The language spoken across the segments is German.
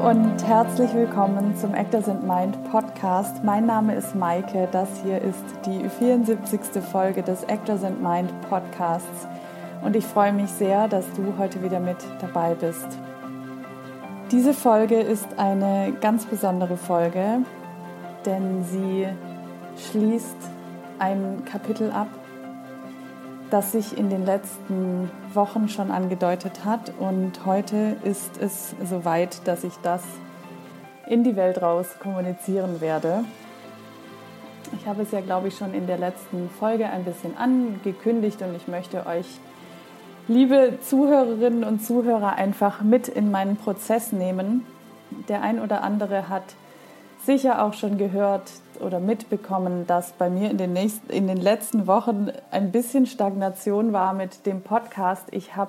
und herzlich willkommen zum Actors & Mind Podcast. Mein Name ist Maike, das hier ist die 74. Folge des Actors & Mind Podcasts und ich freue mich sehr, dass du heute wieder mit dabei bist. Diese Folge ist eine ganz besondere Folge, denn sie schließt ein Kapitel ab, das sich in den letzten Wochen schon angedeutet hat. Und heute ist es soweit, dass ich das in die Welt raus kommunizieren werde. Ich habe es ja, glaube ich, schon in der letzten Folge ein bisschen angekündigt und ich möchte euch, liebe Zuhörerinnen und Zuhörer, einfach mit in meinen Prozess nehmen. Der ein oder andere hat sicher auch schon gehört oder mitbekommen, dass bei mir in den letzten Wochen ein bisschen Stagnation war mit dem Podcast.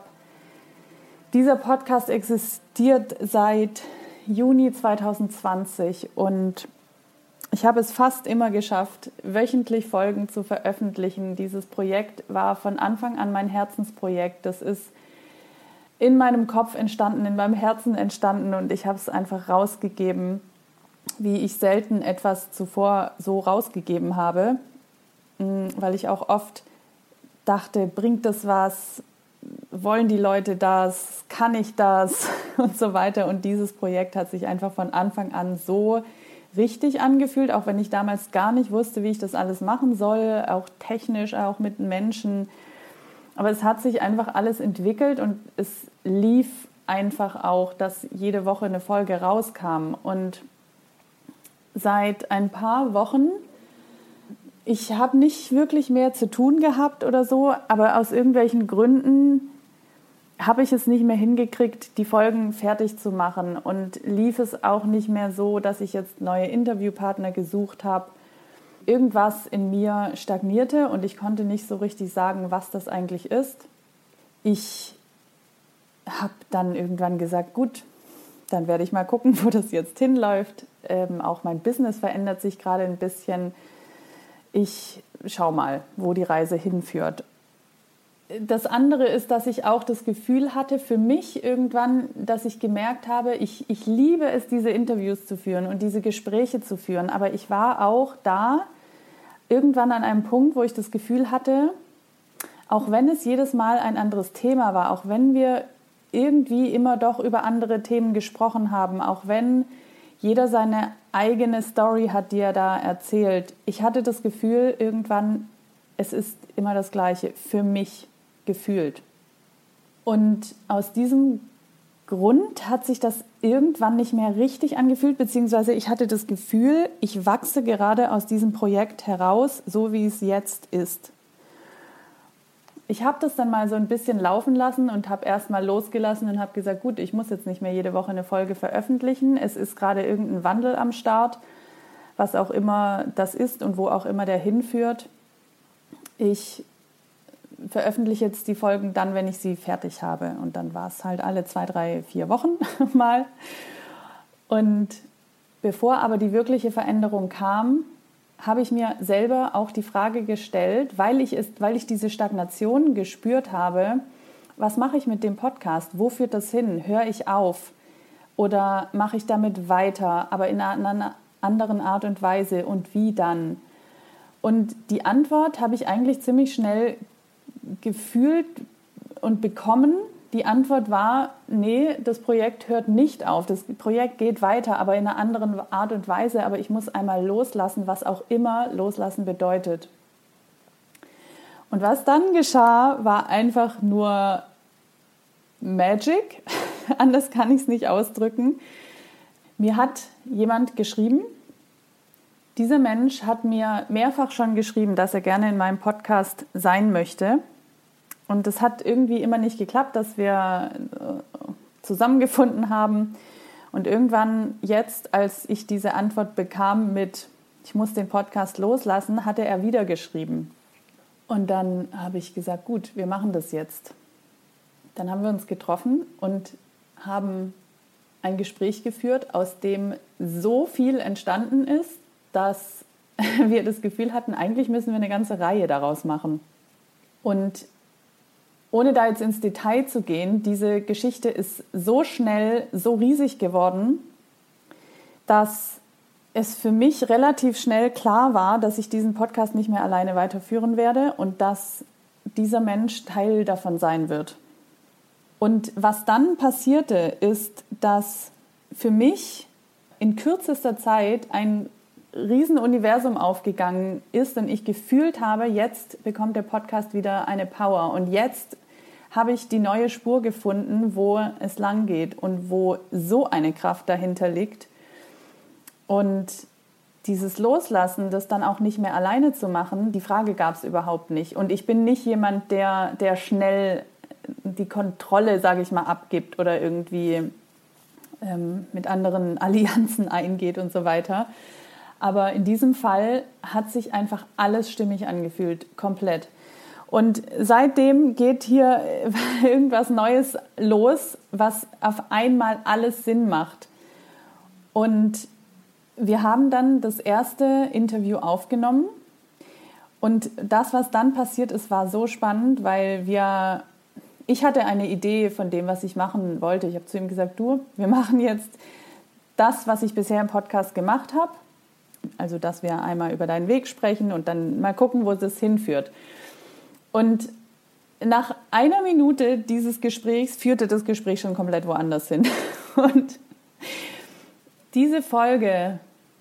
Dieser Podcast existiert seit Juni 2020 und ich habe es fast immer geschafft, wöchentlich Folgen zu veröffentlichen. Dieses Projekt war von Anfang an mein Herzensprojekt. Das ist in meinem Kopf entstanden, in meinem Herzen entstanden und ich habe es einfach rausgegeben, wie ich selten etwas zuvor so rausgegeben habe, weil ich auch oft dachte, bringt das was, wollen die Leute das, kann ich das und so weiter. Und dieses Projekt hat sich einfach von Anfang an so richtig angefühlt, auch wenn ich damals gar nicht wusste, wie ich das alles machen soll, auch technisch, auch mit Menschen. Aber es hat sich einfach alles entwickelt und es lief einfach auch, dass jede Woche eine Folge rauskam. Und seit ein paar Wochen, ich habe nicht wirklich mehr zu tun gehabt oder so, aber aus irgendwelchen Gründen habe ich es nicht mehr hingekriegt, die Folgen fertig zu machen und lief es auch nicht mehr so, dass ich jetzt neue Interviewpartner gesucht habe. Irgendwas in mir stagnierte und ich konnte nicht so richtig sagen, was das eigentlich ist. Ich habe dann irgendwann gesagt, gut, dann werde ich mal gucken, wo das jetzt hinläuft. Auch mein Business verändert sich gerade ein bisschen. Ich schaue mal, wo die Reise hinführt. Das andere ist, dass ich auch das Gefühl hatte für mich irgendwann, dass ich gemerkt habe, ich liebe es, diese Interviews zu führen und diese Gespräche zu führen. Aber ich war auch da irgendwann an einem Punkt, wo ich das Gefühl hatte, auch wenn es jedes Mal ein anderes Thema war, auch wenn wir irgendwie immer doch über andere Themen gesprochen haben, auch wenn jeder seine eigene Story hat, die er da erzählt. Ich hatte das Gefühl, irgendwann, es ist immer das Gleiche, für mich gefühlt. Und aus diesem Grund hat sich das irgendwann nicht mehr richtig angefühlt, beziehungsweise ich hatte das Gefühl, ich wachse gerade aus diesem Projekt heraus, so wie es jetzt ist. Ich habe das dann mal so ein bisschen laufen lassen und habe erst mal losgelassen und habe gesagt, gut, ich muss jetzt nicht mehr jede Woche eine Folge veröffentlichen. Es ist gerade irgendein Wandel am Start, was auch immer das ist und wo auch immer der hinführt. Ich veröffentliche jetzt die Folgen dann, wenn ich sie fertig habe. Und dann war es halt alle 2, 3, 4 Wochen mal. Und bevor aber die wirkliche Veränderung kam, habe ich mir selber auch die Frage gestellt, weil ich diese Stagnation gespürt habe, was mache ich mit dem Podcast? Wo führt das hin? Höre ich auf? Oder mache ich damit weiter, aber in einer anderen Art und Weise? Und wie dann? Und die Antwort habe ich eigentlich ziemlich schnell gefühlt und bekommen. Die Antwort war, nee, das Projekt hört nicht auf. Das Projekt geht weiter, aber in einer anderen Art und Weise. Aber ich muss einmal loslassen, was auch immer loslassen bedeutet. Und was dann geschah, war einfach nur Magic. Anders kann ich es nicht ausdrücken. Mir hat jemand geschrieben. Dieser Mensch hat mir mehrfach schon geschrieben, dass er gerne in meinem Podcast sein möchte. Und es hat irgendwie immer nicht geklappt, dass wir zusammengefunden haben. Und irgendwann jetzt, als ich diese Antwort bekam mit, ich muss den Podcast loslassen, hatte er wieder geschrieben. Und dann habe ich gesagt, gut, wir machen das jetzt. Dann haben wir uns getroffen und haben ein Gespräch geführt, aus dem so viel entstanden ist, dass wir das Gefühl hatten, eigentlich müssen wir eine ganze Reihe daraus machen. Und ohne da jetzt ins Detail zu gehen, diese Geschichte ist so schnell, so riesig geworden, dass es für mich relativ schnell klar war, dass ich diesen Podcast nicht mehr alleine weiterführen werde und dass dieser Mensch Teil davon sein wird. Und was dann passierte, ist, dass für mich in kürzester Zeit ein Riesenuniversum aufgegangen ist und ich gefühlt habe, jetzt bekommt der Podcast wieder eine Power und jetzt habe ich die neue Spur gefunden, wo es lang geht und wo so eine Kraft dahinter liegt. Und dieses Loslassen, das dann auch nicht mehr alleine zu machen, die Frage gab es überhaupt nicht. Und ich bin nicht jemand, der schnell die Kontrolle, sage ich mal, abgibt oder irgendwie mit anderen Allianzen eingeht und so weiter. Aber in diesem Fall hat sich einfach alles stimmig angefühlt, komplett. Und seitdem geht hier irgendwas Neues los, was auf einmal alles Sinn macht. Und wir haben dann das erste Interview aufgenommen. Und das, was dann passiert ist, war so spannend, weil ich hatte eine Idee von dem, was ich machen wollte. Ich habe zu ihm gesagt, du, wir machen jetzt das, was ich bisher im Podcast gemacht habe. Also, dass wir einmal über deinen Weg sprechen und dann mal gucken, wo das hinführt. Und nach einer Minute dieses Gesprächs führte das Gespräch schon komplett woanders hin. Und diese Folge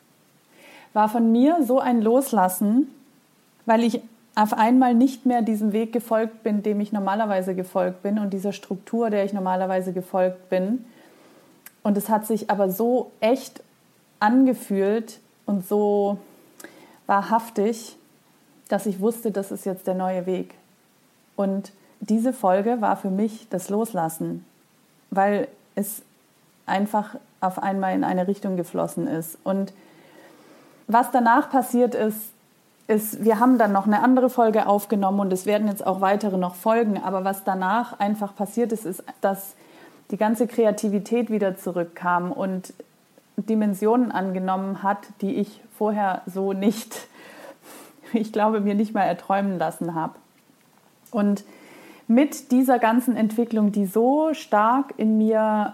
war von mir so ein Loslassen, weil ich auf einmal nicht mehr diesem Weg gefolgt bin, dem ich normalerweise gefolgt bin und dieser Struktur, der ich normalerweise gefolgt bin. Und es hat sich aber so echt angefühlt und so wahrhaftig, dass ich wusste, das ist jetzt der neue Weg. Und diese Folge war für mich das Loslassen, weil es einfach auf einmal in eine Richtung geflossen ist. Und was danach passiert ist, wir haben dann noch eine andere Folge aufgenommen und es werden jetzt auch weitere noch folgen. Aber was danach einfach passiert ist, ist, dass die ganze Kreativität wieder zurückkam und Dimensionen angenommen hat, die ich vorher so nicht, ich glaube, mir nicht mal erträumen lassen habe. Und mit dieser ganzen Entwicklung, die so stark in mir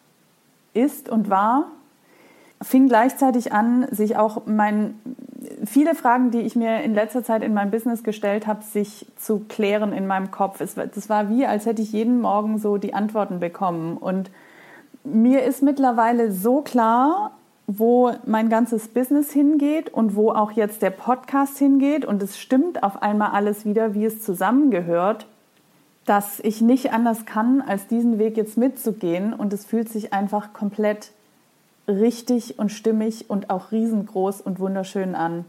ist und war, fing gleichzeitig an, sich auch viele Fragen, die ich mir in letzter Zeit in meinem Business gestellt habe, sich zu klären in meinem Kopf. Das war wie, als hätte ich jeden Morgen so die Antworten bekommen. Und mir ist mittlerweile so klar, wo mein ganzes Business hingeht und wo auch jetzt der Podcast hingeht. Und es stimmt auf einmal alles wieder, wie es zusammengehört, dass ich nicht anders kann, als diesen Weg jetzt mitzugehen. Und es fühlt sich einfach komplett richtig und stimmig und auch riesengroß und wunderschön an.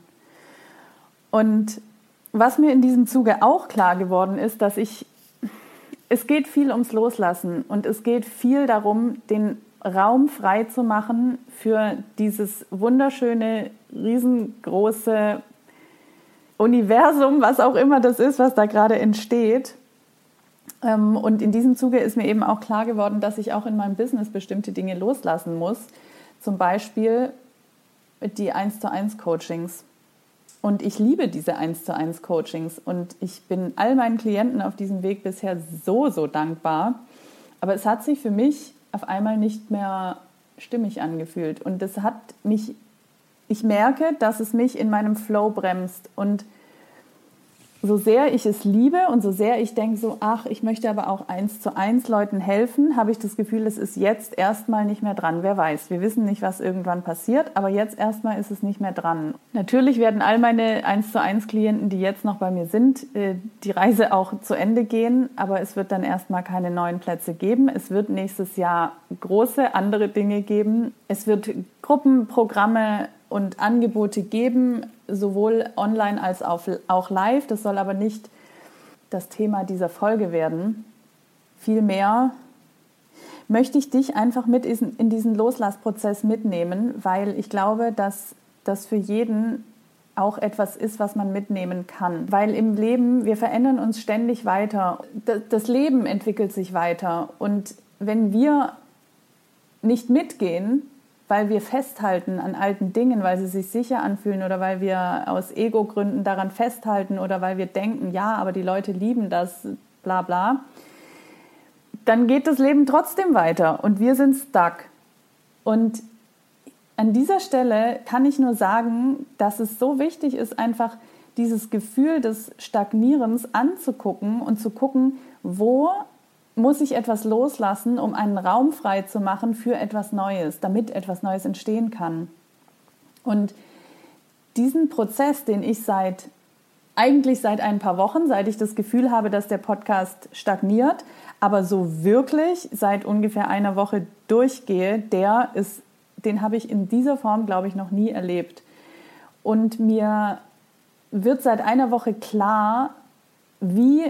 Und was mir in diesem Zuge auch klar geworden ist, dass es geht viel ums Loslassen und es geht viel darum, den Raum frei zu machen für dieses wunderschöne, riesengroße Universum, was auch immer das ist, was da gerade entsteht. Und in diesem Zuge ist mir eben auch klar geworden, dass ich auch in meinem Business bestimmte Dinge loslassen muss. Zum Beispiel die 1:1 Coachings. Und ich liebe diese 1:1 Coachings und ich bin all meinen Klienten auf diesem Weg bisher so dankbar. Aber es hat sich für mich auf einmal nicht mehr stimmig angefühlt. Und ich merke, dass es mich in meinem Flow bremst. Und so sehr ich es liebe und so sehr ich denke so, ich möchte aber auch 1:1 Leuten helfen, habe ich das Gefühl, es ist jetzt erstmal nicht mehr dran. Wer weiß, wir wissen nicht, was irgendwann passiert, aber jetzt erstmal ist es nicht mehr dran. Natürlich werden all meine 1:1 Klienten, die jetzt noch bei mir sind, die Reise auch zu Ende gehen, aber es wird dann erstmal keine neuen Plätze geben. Es wird nächstes Jahr große andere Dinge geben. Es wird Gruppenprogramme und Angebote geben, sowohl online als auch live. Das soll aber nicht das Thema dieser Folge werden. Vielmehr möchte ich dich einfach mit in diesen Loslassprozess mitnehmen, weil ich glaube, dass das für jeden auch etwas ist, was man mitnehmen kann. Weil im Leben, wir verändern uns ständig weiter. Das Leben entwickelt sich weiter. Und wenn wir nicht mitgehen, weil wir festhalten an alten Dingen, weil sie sich sicher anfühlen oder weil wir aus Ego-Gründen daran festhalten oder weil wir denken, ja, aber die Leute lieben das, bla bla, dann geht das Leben trotzdem weiter und wir sind stuck. Und an dieser Stelle kann ich nur sagen, dass es so wichtig ist, einfach dieses Gefühl des Stagnierens anzugucken und zu gucken, wo muss ich etwas loslassen, um einen Raum frei zu machen für etwas Neues, damit etwas Neues entstehen kann. Und diesen Prozess, den ich eigentlich seit ein paar Wochen, seit ich das Gefühl habe, dass der Podcast stagniert, aber so wirklich seit ungefähr einer Woche durchgehe, den habe ich in dieser Form, glaube ich, noch nie erlebt. Und mir wird seit einer Woche klar, wie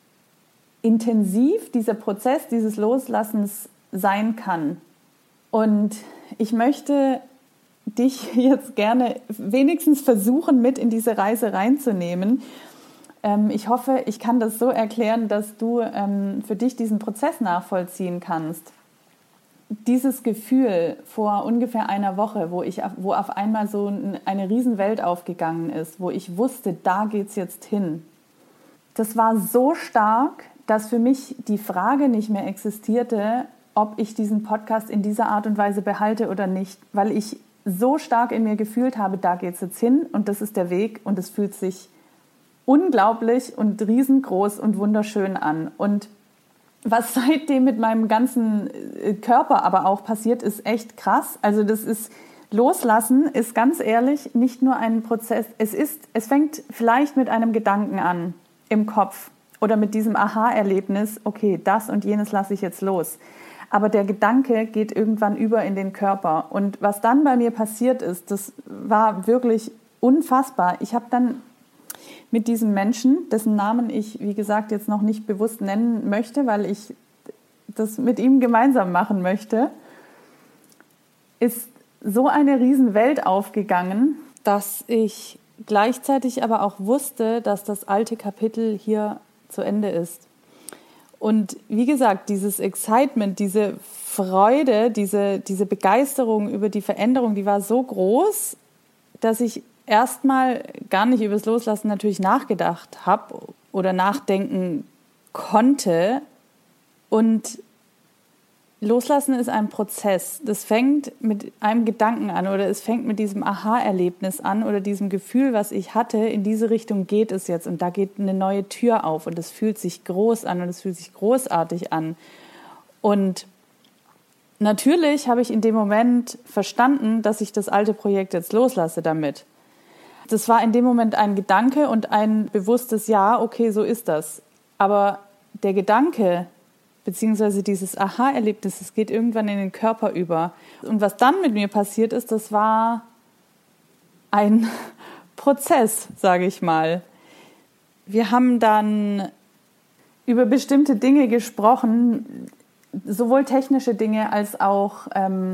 intensiv dieser Prozess dieses Loslassens sein kann. Und ich möchte dich jetzt gerne wenigstens versuchen, mit in diese Reise reinzunehmen. Ich hoffe, ich kann das so erklären, dass du für dich diesen Prozess nachvollziehen kannst. Dieses Gefühl vor ungefähr einer Woche, wo auf einmal so eine Riesenwelt aufgegangen ist, wo ich wusste, da geht's jetzt hin. Das war so stark, dass für mich die Frage nicht mehr existierte, ob ich diesen Podcast in dieser Art und Weise behalte oder nicht, weil ich so stark in mir gefühlt habe, da geht's jetzt hin und das ist der Weg und es fühlt sich unglaublich und riesengroß und wunderschön an. Und was seitdem mit meinem ganzen Körper aber auch passiert, ist echt krass. Also Loslassen ist ganz ehrlich nicht nur ein Prozess. Es fängt vielleicht mit einem Gedanken an im Kopf oder mit diesem Aha-Erlebnis, okay, das und jenes lasse ich jetzt los. Aber der Gedanke geht irgendwann über in den Körper. Und was dann bei mir passiert ist, das war wirklich unfassbar. Ich habe dann mit diesem Menschen, dessen Namen ich, wie gesagt, jetzt noch nicht bewusst nennen möchte, weil ich das mit ihm gemeinsam machen möchte, ist so eine Riesenwelt aufgegangen, dass ich gleichzeitig aber auch wusste, dass das alte Kapitel hier zu Ende ist. Und wie gesagt, dieses Excitement, diese Freude, diese Begeisterung über die Veränderung, die war so groß, dass ich erstmal gar nicht über das Loslassen natürlich nachgedacht habe oder nachdenken konnte. Und Loslassen ist ein Prozess. Das fängt mit einem Gedanken an oder es fängt mit diesem Aha-Erlebnis an oder diesem Gefühl, was ich hatte, in diese Richtung geht es jetzt und da geht eine neue Tür auf und es fühlt sich groß an und es fühlt sich großartig an. Und natürlich habe ich in dem Moment verstanden, dass ich das alte Projekt jetzt loslasse damit. Das war in dem Moment ein Gedanke und ein bewusstes Ja, okay, so ist das. Aber der Gedanke beziehungsweise dieses Aha-Erlebnis, es geht irgendwann in den Körper über. Und was dann mit mir passiert ist, das war ein Prozess, sage ich mal. Wir haben dann über bestimmte Dinge gesprochen, sowohl technische Dinge als auch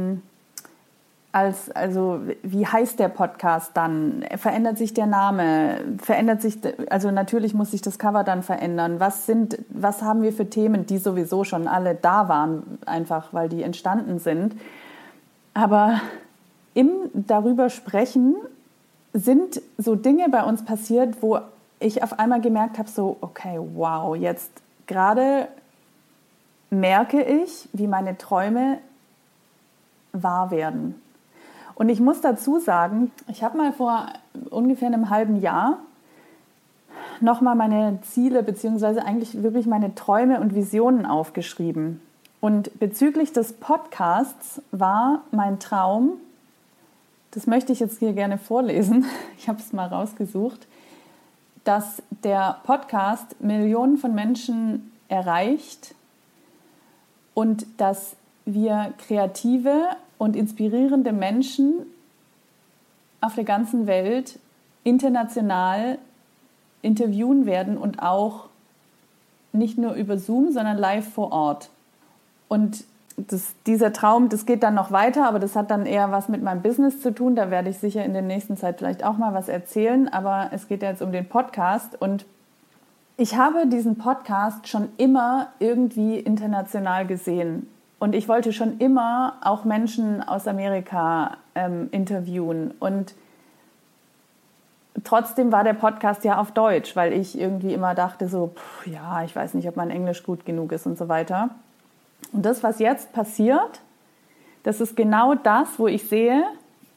also wie heißt der Podcast dann? Verändert sich der Name? Also natürlich muss sich das Cover dann verändern. Was haben wir für Themen, die sowieso schon alle da waren, einfach weil die entstanden sind. Aber im darüber sprechen sind so Dinge bei uns passiert, wo ich auf einmal gemerkt habe, so okay, wow, jetzt gerade merke ich, wie meine Träume wahr werden. Und ich muss dazu sagen, ich habe mal vor ungefähr einem halben Jahr nochmal meine Ziele beziehungsweise eigentlich wirklich meine Träume und Visionen aufgeschrieben. Und bezüglich des Podcasts war mein Traum, das möchte ich jetzt hier gerne vorlesen, ich habe es mal rausgesucht, dass der Podcast Millionen von Menschen erreicht und dass wir kreative und inspirierende Menschen auf der ganzen Welt international interviewen werden und auch nicht nur über Zoom, sondern live vor Ort. Und dieser Traum, das geht dann noch weiter, aber das hat dann eher was mit meinem Business zu tun. Da werde ich sicher in der nächsten Zeit vielleicht auch mal was erzählen, aber es geht ja jetzt um den Podcast und ich habe diesen Podcast schon immer irgendwie international gesehen. Und ich wollte schon immer auch Menschen aus Amerika interviewen. Und trotzdem war der Podcast ja auf Deutsch, weil ich irgendwie immer dachte so, ja, ich weiß nicht, ob mein Englisch gut genug ist und so weiter. Und das, was jetzt passiert, das ist genau das, wo ich sehe,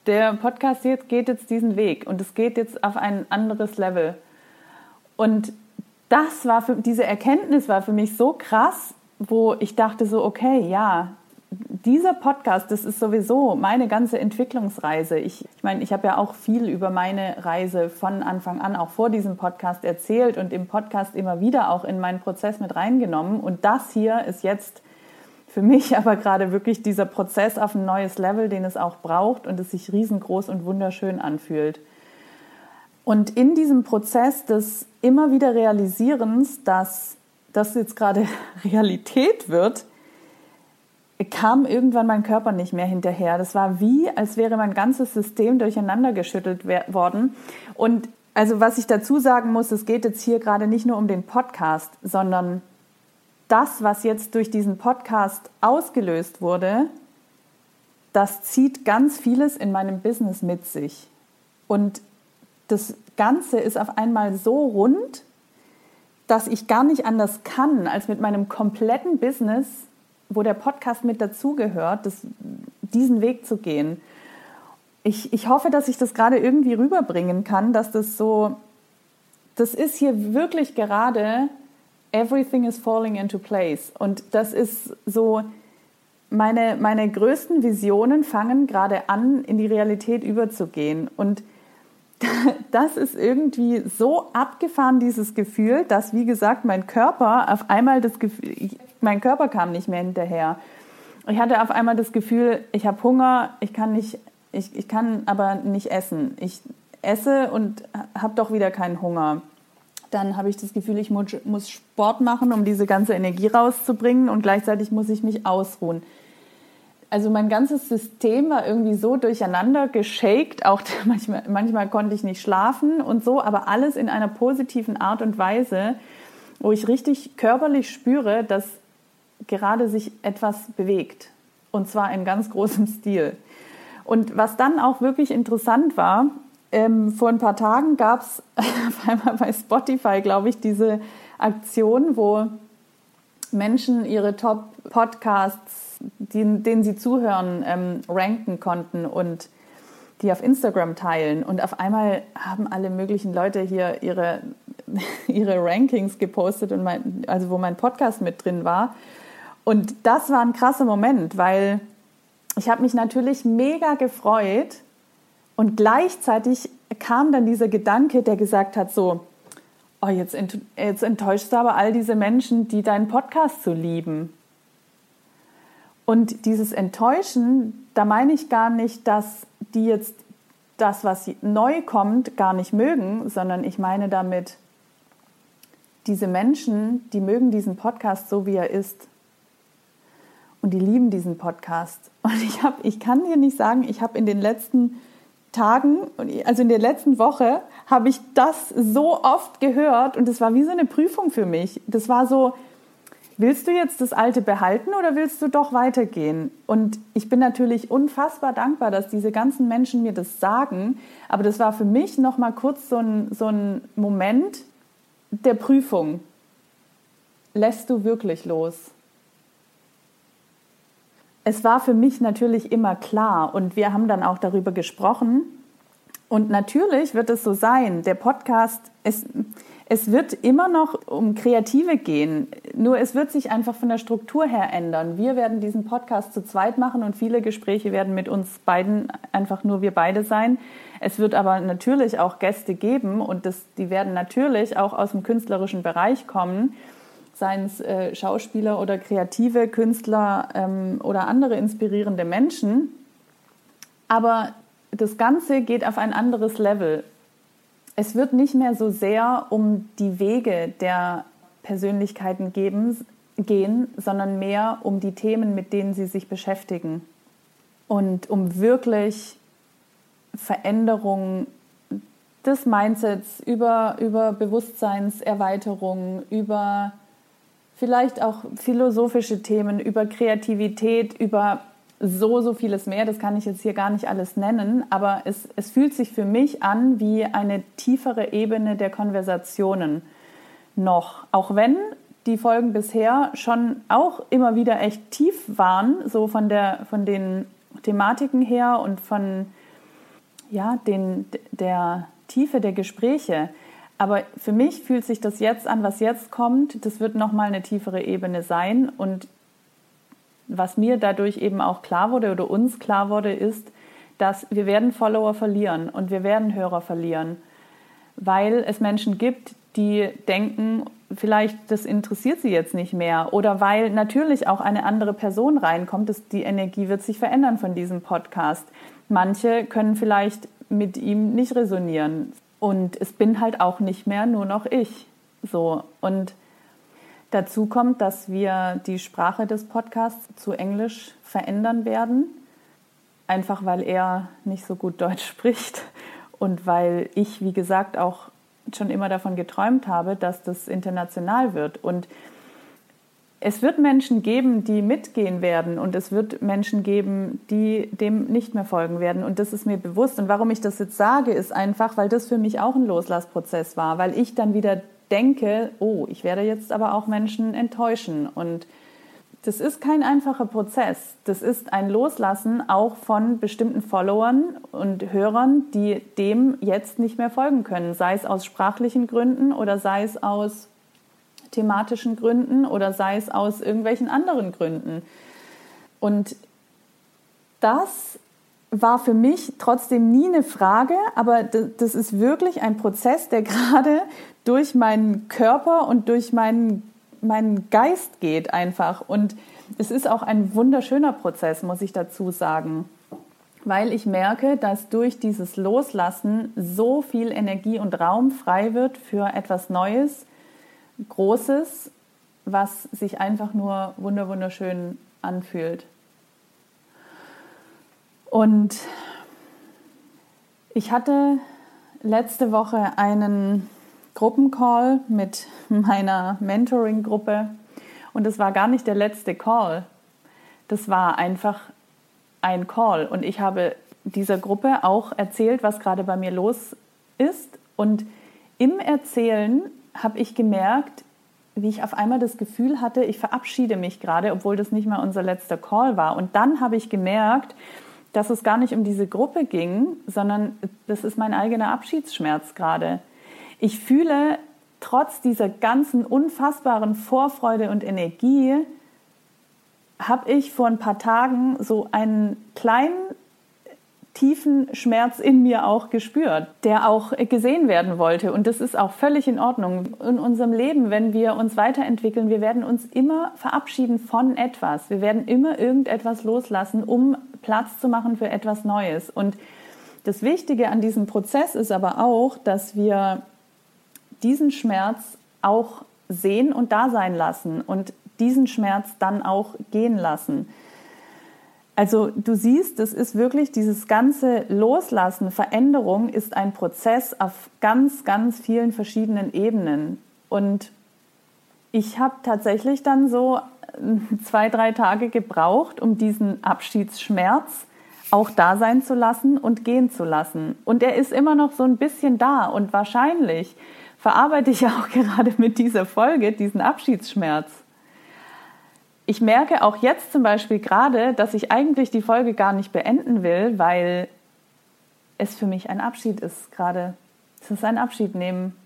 der Podcast geht jetzt diesen Weg und es geht jetzt auf ein anderes Level. Und diese Erkenntnis war für mich so krass, wo ich dachte so, okay, ja, dieser Podcast, das ist sowieso meine ganze Entwicklungsreise. Ich meine, ich habe ja auch viel über meine Reise von Anfang an, auch vor diesem Podcast erzählt und im Podcast immer wieder auch in meinen Prozess mit reingenommen. Und das hier ist jetzt für mich aber gerade wirklich dieser Prozess auf ein neues Level, den es auch braucht und es sich riesengroß und wunderschön anfühlt. Und in diesem Prozess des immer wieder Realisierens, dass das jetzt gerade Realität wird, kam irgendwann mein Körper nicht mehr hinterher. Das war wie, als wäre mein ganzes System durcheinander geschüttelt worden. Und also was ich dazu sagen muss, es geht jetzt hier gerade nicht nur um den Podcast, sondern das, was jetzt durch diesen Podcast ausgelöst wurde, das zieht ganz vieles in meinem Business mit sich. Und das Ganze ist auf einmal so rund, dass ich gar nicht anders kann, als mit meinem kompletten Business, wo der Podcast mit dazugehört, diesen Weg zu gehen. Ich hoffe, dass ich das gerade irgendwie rüberbringen kann, dass das ist hier wirklich gerade everything is falling into place. Und das ist so, meine größten Visionen fangen gerade an, in die Realität überzugehen. Und das ist irgendwie so abgefahren, dieses Gefühl, dass, wie gesagt, mein Körper auf einmal mein Körper kam nicht mehr hinterher. Ich hatte auf einmal das Gefühl, ich habe Hunger, ich kann aber nicht essen. Ich esse und habe doch wieder keinen Hunger. Dann habe ich das Gefühl, ich muss Sport machen, um diese ganze Energie rauszubringen und gleichzeitig muss ich mich ausruhen. Also mein ganzes System war irgendwie so durcheinander geshakt, auch manchmal konnte ich nicht schlafen und so, aber alles in einer positiven Art und Weise, wo ich richtig körperlich spüre, dass gerade sich etwas bewegt und zwar in ganz großem Stil. Und was dann auch wirklich interessant war, vor ein paar Tagen gab es auf einmal bei Spotify, glaube ich, diese Aktion, wo Menschen ihre Top-Podcasts, denen sie zuhören, ranken konnten und die auf Instagram teilen. Und auf einmal haben alle möglichen Leute hier ihre Rankings gepostet, also wo mein Podcast mit drin war. Und das war ein krasser Moment, weil ich habe mich natürlich mega gefreut und gleichzeitig kam dann dieser Gedanke, der gesagt hat so, oh, jetzt enttäuschst du aber all diese Menschen, die deinen Podcast so lieben. Und dieses Enttäuschen, da meine ich gar nicht, dass die jetzt das, was neu kommt, gar nicht mögen, sondern ich meine damit, diese Menschen, die mögen diesen Podcast so, wie er ist. Und die lieben diesen Podcast. Und ich kann dir nicht sagen, ich habe in den letzten Tagen, also in der letzten Woche, habe ich das so oft gehört und es war wie so eine Prüfung für mich. Das war so, willst du jetzt das Alte behalten oder willst du doch weitergehen? Und ich bin natürlich unfassbar dankbar, dass diese ganzen Menschen mir das sagen, aber das war für mich noch mal kurz so ein Moment der Prüfung. Lässt du wirklich los? Es war für mich natürlich immer klar und wir haben dann auch darüber gesprochen. Und natürlich wird es so sein, der Podcast, es wird immer noch um Kreative gehen, nur es wird sich einfach von der Struktur her ändern. Wir werden diesen Podcast zu zweit machen und viele Gespräche werden mit uns beiden, einfach nur wir beide sein. Es wird aber natürlich auch Gäste geben und die werden natürlich auch aus dem künstlerischen Bereich kommen, seien es Schauspieler oder kreative Künstler oder andere inspirierende Menschen. Aber das Ganze geht auf ein anderes Level. Es wird nicht mehr so sehr um die Wege der Persönlichkeiten gehen, sondern mehr um die Themen, mit denen sie sich beschäftigen. Und um wirklich Veränderungen des Mindsets über Bewusstseinserweiterung, über vielleicht auch philosophische Themen, über Kreativität, über so vieles mehr. Das kann ich jetzt hier gar nicht alles nennen, aber es fühlt sich für mich an wie eine tiefere Ebene der Konversationen noch. Auch wenn die Folgen bisher schon auch immer wieder echt tief waren, so von den Thematiken her und von der Tiefe der Gespräche. Aber für mich fühlt sich das jetzt an, was jetzt kommt, das wird nochmal eine tiefere Ebene sein. Und was mir dadurch eben auch klar wurde oder uns klar wurde, ist, dass wir werden Follower verlieren und wir werden Hörer verlieren, weil es Menschen gibt, die denken, vielleicht das interessiert sie jetzt nicht mehr oder weil natürlich auch eine andere Person reinkommt, die Energie wird sich verändern von diesem Podcast. Manche können vielleicht mit ihm nicht resonieren und es bin halt auch nicht mehr nur noch ich. So. Und dazu kommt, dass wir die Sprache des Podcasts zu Englisch verändern werden, einfach weil er nicht so gut Deutsch spricht und weil ich, wie gesagt, auch schon immer davon geträumt habe, dass das international wird. Und es wird Menschen geben, die mitgehen werden und es wird Menschen geben, die dem nicht mehr folgen werden. Und das ist mir bewusst. Und warum ich das jetzt sage, ist einfach, weil das für mich auch ein Loslassprozess war, weil ich dann wieder denke, oh, ich werde jetzt aber auch Menschen enttäuschen. Und das ist kein einfacher Prozess. Das ist ein Loslassen auch von bestimmten Followern und Hörern, die dem jetzt nicht mehr folgen können. Sei es aus sprachlichen Gründen oder sei es aus thematischen Gründen oder sei es aus irgendwelchen anderen Gründen. Und das war für mich trotzdem nie eine Frage, aber das ist wirklich ein Prozess, der gerade durch meinen Körper und durch meinen Geist geht einfach. Und es ist auch ein wunderschöner Prozess, muss ich dazu sagen, weil ich merke, dass durch dieses Loslassen so viel Energie und Raum frei wird für etwas Neues, Großes, was sich einfach nur wunderschön anfühlt. Und ich hatte letzte Woche einen Gruppencall mit meiner Mentoring-Gruppe und es war gar nicht der letzte Call. Das war einfach ein Call und ich habe dieser Gruppe auch erzählt, was gerade bei mir los ist und im Erzählen habe ich gemerkt, wie ich auf einmal das Gefühl hatte, ich verabschiede mich gerade, obwohl das nicht mal unser letzter Call war. Und dann habe ich gemerkt, dass es gar nicht um diese Gruppe ging, sondern das ist mein eigener Abschiedsschmerz gerade. Ich fühle trotz dieser ganzen unfassbaren Vorfreude und Energie, habe ich vor ein paar Tagen so einen kleinen, tiefen Schmerz in mir auch gespürt, der auch gesehen werden wollte. Und das ist auch völlig in Ordnung. In unserem Leben, wenn wir uns weiterentwickeln, wir werden uns immer verabschieden von etwas. Wir werden immer irgendetwas loslassen, um Platz zu machen für etwas Neues. Und das Wichtige an diesem Prozess ist aber auch, dass wir diesen Schmerz auch sehen und da sein lassen und diesen Schmerz dann auch gehen lassen. Also du siehst, das ist wirklich dieses ganze Loslassen, Veränderung ist ein Prozess auf ganz vielen verschiedenen Ebenen. Und ich habe tatsächlich dann so 2-3 Tage gebraucht, um diesen Abschiedsschmerz auch da sein zu lassen und gehen zu lassen. Und er ist immer noch so ein bisschen da und wahrscheinlich verarbeite ich auch gerade mit dieser Folge diesen Abschiedsschmerz. Ich merke auch jetzt zum Beispiel gerade, dass ich eigentlich die Folge gar nicht beenden will, weil es für mich ein Abschied ist gerade. Es ist ein Abschied nehmen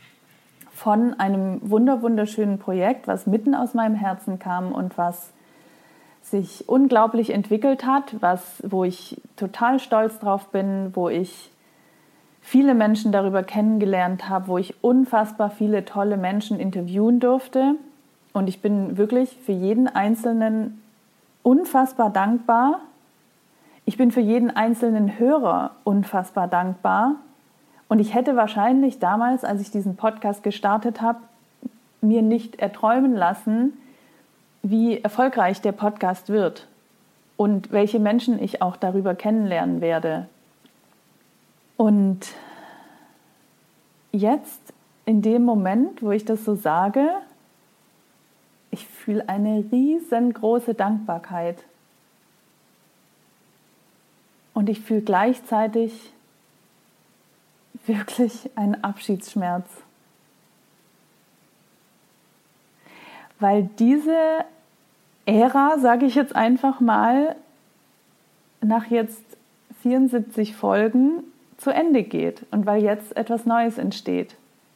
von einem wunderschönen Projekt, was mitten aus meinem Herzen kam und was sich unglaublich entwickelt hat, wo ich total stolz drauf bin, wo ich viele Menschen darüber kennengelernt habe, wo ich unfassbar viele tolle Menschen interviewen durfte. Und ich bin wirklich für jeden Einzelnen unfassbar dankbar. Ich bin für jeden einzelnen Hörer unfassbar dankbar. Und ich hätte wahrscheinlich damals, als ich diesen Podcast gestartet habe, mir nicht erträumen lassen, wie erfolgreich der Podcast wird und welche Menschen ich auch darüber kennenlernen werde. Und jetzt, in dem Moment, wo ich das so sage, ich fühle eine riesengroße Dankbarkeit. Und ich fühle gleichzeitig wirklich einen Abschiedsschmerz. Weil diese Ära, sage ich jetzt einfach mal, nach jetzt 74 Folgen zu Ende geht und weil jetzt etwas Neues entsteht.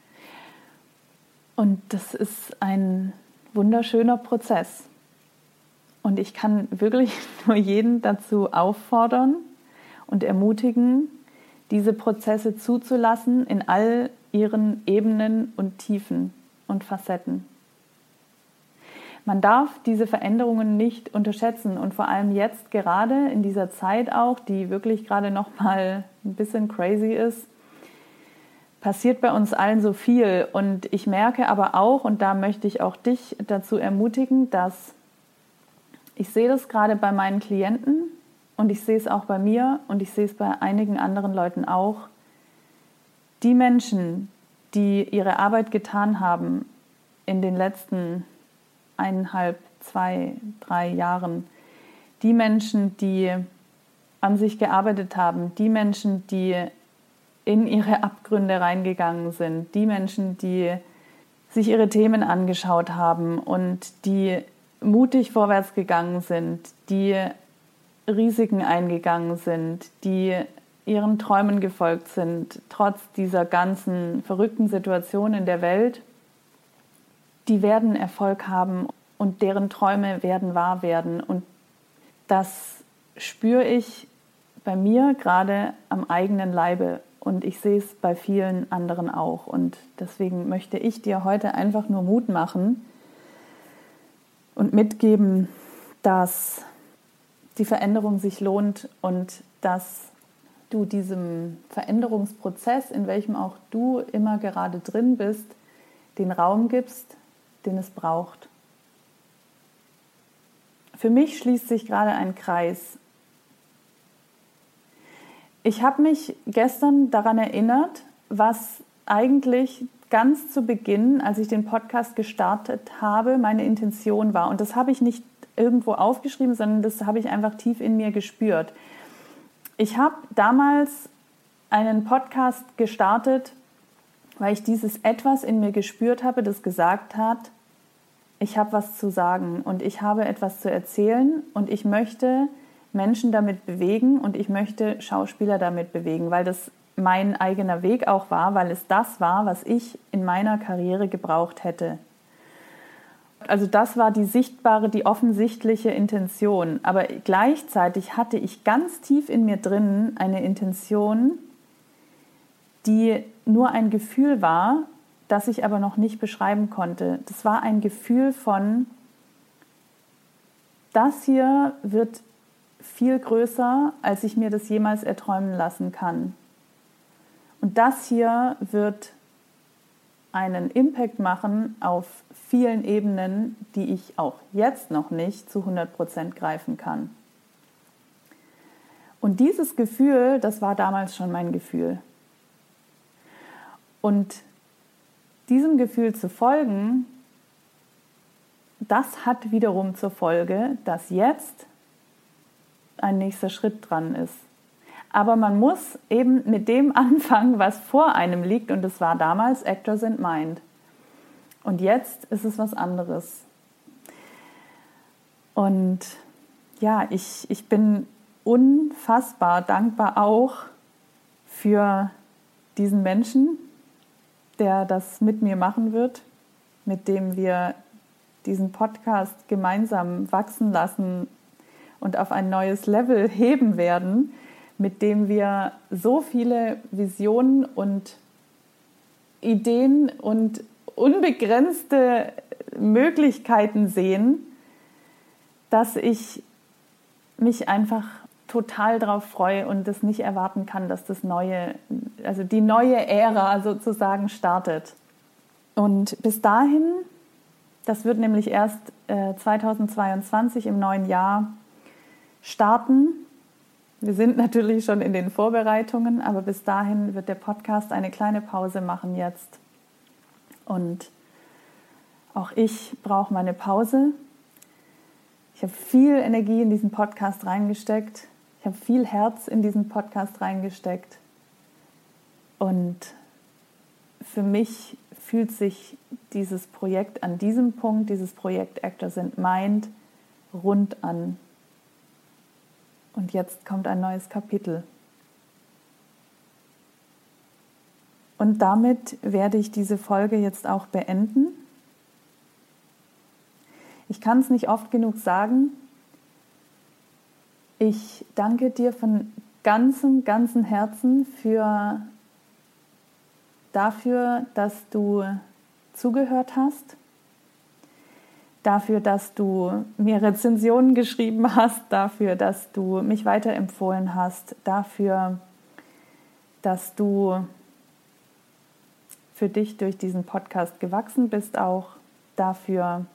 Und das ist ein wunderschöner Prozess. Und ich kann wirklich nur jeden dazu auffordern und ermutigen, diese Prozesse zuzulassen in all ihren Ebenen und Tiefen und Facetten. Man darf diese Veränderungen nicht unterschätzen und vor allem jetzt gerade in dieser Zeit auch, die wirklich gerade noch mal ein bisschen crazy ist, passiert bei uns allen so viel. Und ich merke aber auch, und da möchte ich auch dich dazu ermutigen, dass ich sehe das gerade bei meinen Klienten und ich sehe es auch bei mir und ich sehe es bei einigen anderen Leuten auch. Die Menschen, die ihre Arbeit getan haben in den letzten 1,5, 2, 3 Jahren, die Menschen, die an sich gearbeitet haben, die Menschen, die in ihre Abgründe reingegangen sind, die Menschen, die sich ihre Themen angeschaut haben und die mutig vorwärts gegangen sind, die Risiken eingegangen sind, die ihren Träumen gefolgt sind, trotz dieser ganzen verrückten Situation in der Welt, die werden Erfolg haben und deren Träume werden wahr werden. Und das spüre ich bei mir gerade am eigenen Leibe und ich sehe es bei vielen anderen auch. Und deswegen möchte ich dir heute einfach nur Mut machen und mitgeben, dass die Veränderung sich lohnt und dass du diesem Veränderungsprozess, in welchem auch du immer gerade drin bist, den Raum gibst, den es braucht. Für mich schließt sich gerade ein Kreis. Ich habe mich gestern daran erinnert, was eigentlich ganz zu Beginn, als ich den Podcast gestartet habe, meine Intention war. Und das habe ich nicht irgendwo aufgeschrieben, sondern das habe ich einfach tief in mir gespürt. Ich habe damals einen Podcast gestartet, weil ich dieses Etwas in mir gespürt habe, das gesagt hat, ich habe was zu sagen und ich habe etwas zu erzählen und ich möchte Menschen damit bewegen und ich möchte Schauspieler damit bewegen, weil das mein eigener Weg auch war, weil es das war, was ich in meiner Karriere gebraucht hätte. Also das war die sichtbare, die offensichtliche Intention. Aber gleichzeitig hatte ich ganz tief in mir drin eine Intention, die nur ein Gefühl war, das ich aber noch nicht beschreiben konnte. Das war ein Gefühl von, das hier wird viel größer, als ich mir das jemals erträumen lassen kann. Und das hier wird einen Impact machen auf vielen Ebenen, die ich auch jetzt noch nicht zu 100% greifen kann. Und dieses Gefühl, das war damals schon mein Gefühl. Und diesem Gefühl zu folgen, das hat wiederum zur Folge, dass jetzt ein nächster Schritt dran ist. Aber man muss eben mit dem anfangen, was vor einem liegt. Und das war damals Actors in Mind. Und jetzt ist es was anderes. Und ja, ich bin unfassbar dankbar auch für diesen Menschen, der das mit mir machen wird, mit dem wir diesen Podcast gemeinsam wachsen lassen und auf ein neues Level heben werden, mit dem wir so viele Visionen und Ideen und unbegrenzte Möglichkeiten sehen, dass ich mich einfach total darauf freue und es nicht erwarten kann, dass das neue, also die neue Ära sozusagen startet. Und bis dahin, das wird nämlich erst 2022 im neuen Jahr starten. Wir sind natürlich schon in den Vorbereitungen, aber bis dahin wird der Podcast eine kleine Pause machen jetzt. Und auch ich brauche meine Pause. Ich habe viel Energie in diesen Podcast reingesteckt. Ich habe viel Herz in diesen Podcast reingesteckt. Und für mich fühlt sich dieses Projekt an diesem Punkt, dieses Projekt Actors in Mind, rund an. Und jetzt kommt ein neues Kapitel. Und damit werde ich diese Folge jetzt auch beenden. Ich kann es nicht oft genug sagen. Ich danke dir von ganzem Herzen dafür, dass du zugehört hast, dafür, dass du mir Rezensionen geschrieben hast, dafür, dass du mich weiterempfohlen hast, dafür, dass du für dich durch diesen Podcast gewachsen bist, auch dafür,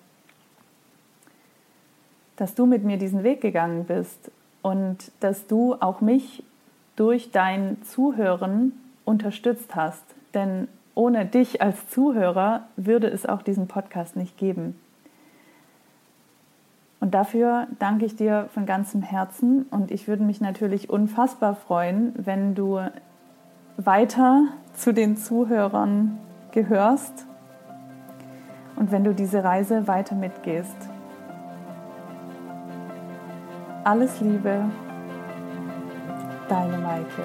dass du mit mir diesen Weg gegangen bist und dass du auch mich durch dein Zuhören unterstützt hast. Denn ohne dich als Zuhörer würde es auch diesen Podcast nicht geben. Und dafür danke ich dir von ganzem Herzen und ich würde mich natürlich unfassbar freuen, wenn du weiter zu den Zuhörern gehörst und wenn du diese Reise weiter mitgehst. Alles Liebe, deine Maike.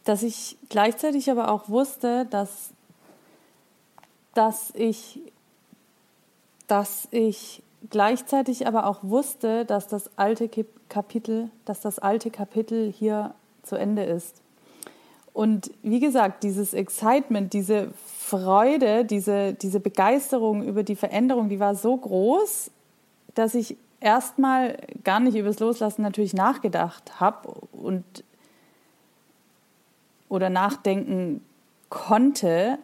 dass ich gleichzeitig aber auch wusste, dass ich gleichzeitig aber auch wusste, dass das alte Kapitel hier zu Ende ist. Und wie gesagt, dieses Excitement, diese Freude, diese Begeisterung über die Veränderung, die war so groß, dass ich erstmal gar nicht über das Loslassen natürlich nachgedacht habe oder nachdenken konnte.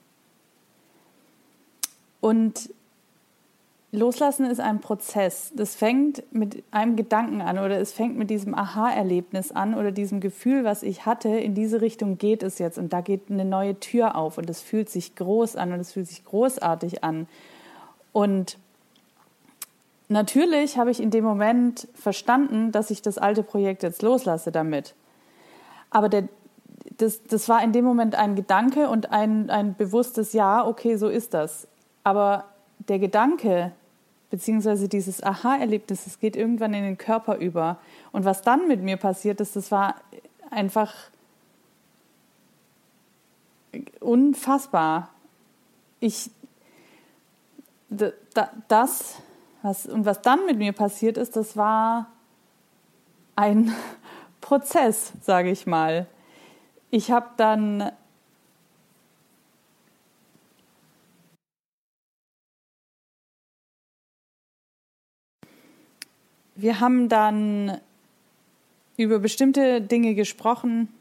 Und Loslassen ist ein Prozess. Das fängt mit einem Gedanken an oder es fängt mit diesem Aha-Erlebnis an oder diesem Gefühl, was ich hatte, in diese Richtung geht es jetzt und da geht eine neue Tür auf und es fühlt sich groß an und es fühlt sich großartig an. Und natürlich habe ich in dem Moment verstanden, dass ich das alte Projekt jetzt loslasse damit. Aber das war in dem Moment ein Gedanke und ein bewusstes Ja, okay, so ist das. Aber der Gedanke, beziehungsweise dieses Aha-Erlebnis, es geht irgendwann in den Körper über. Und was dann mit mir passiert ist, das war einfach unfassbar. Was dann mit mir passiert ist, das war ein Prozess, sage ich mal. Wir haben dann über bestimmte Dinge gesprochen,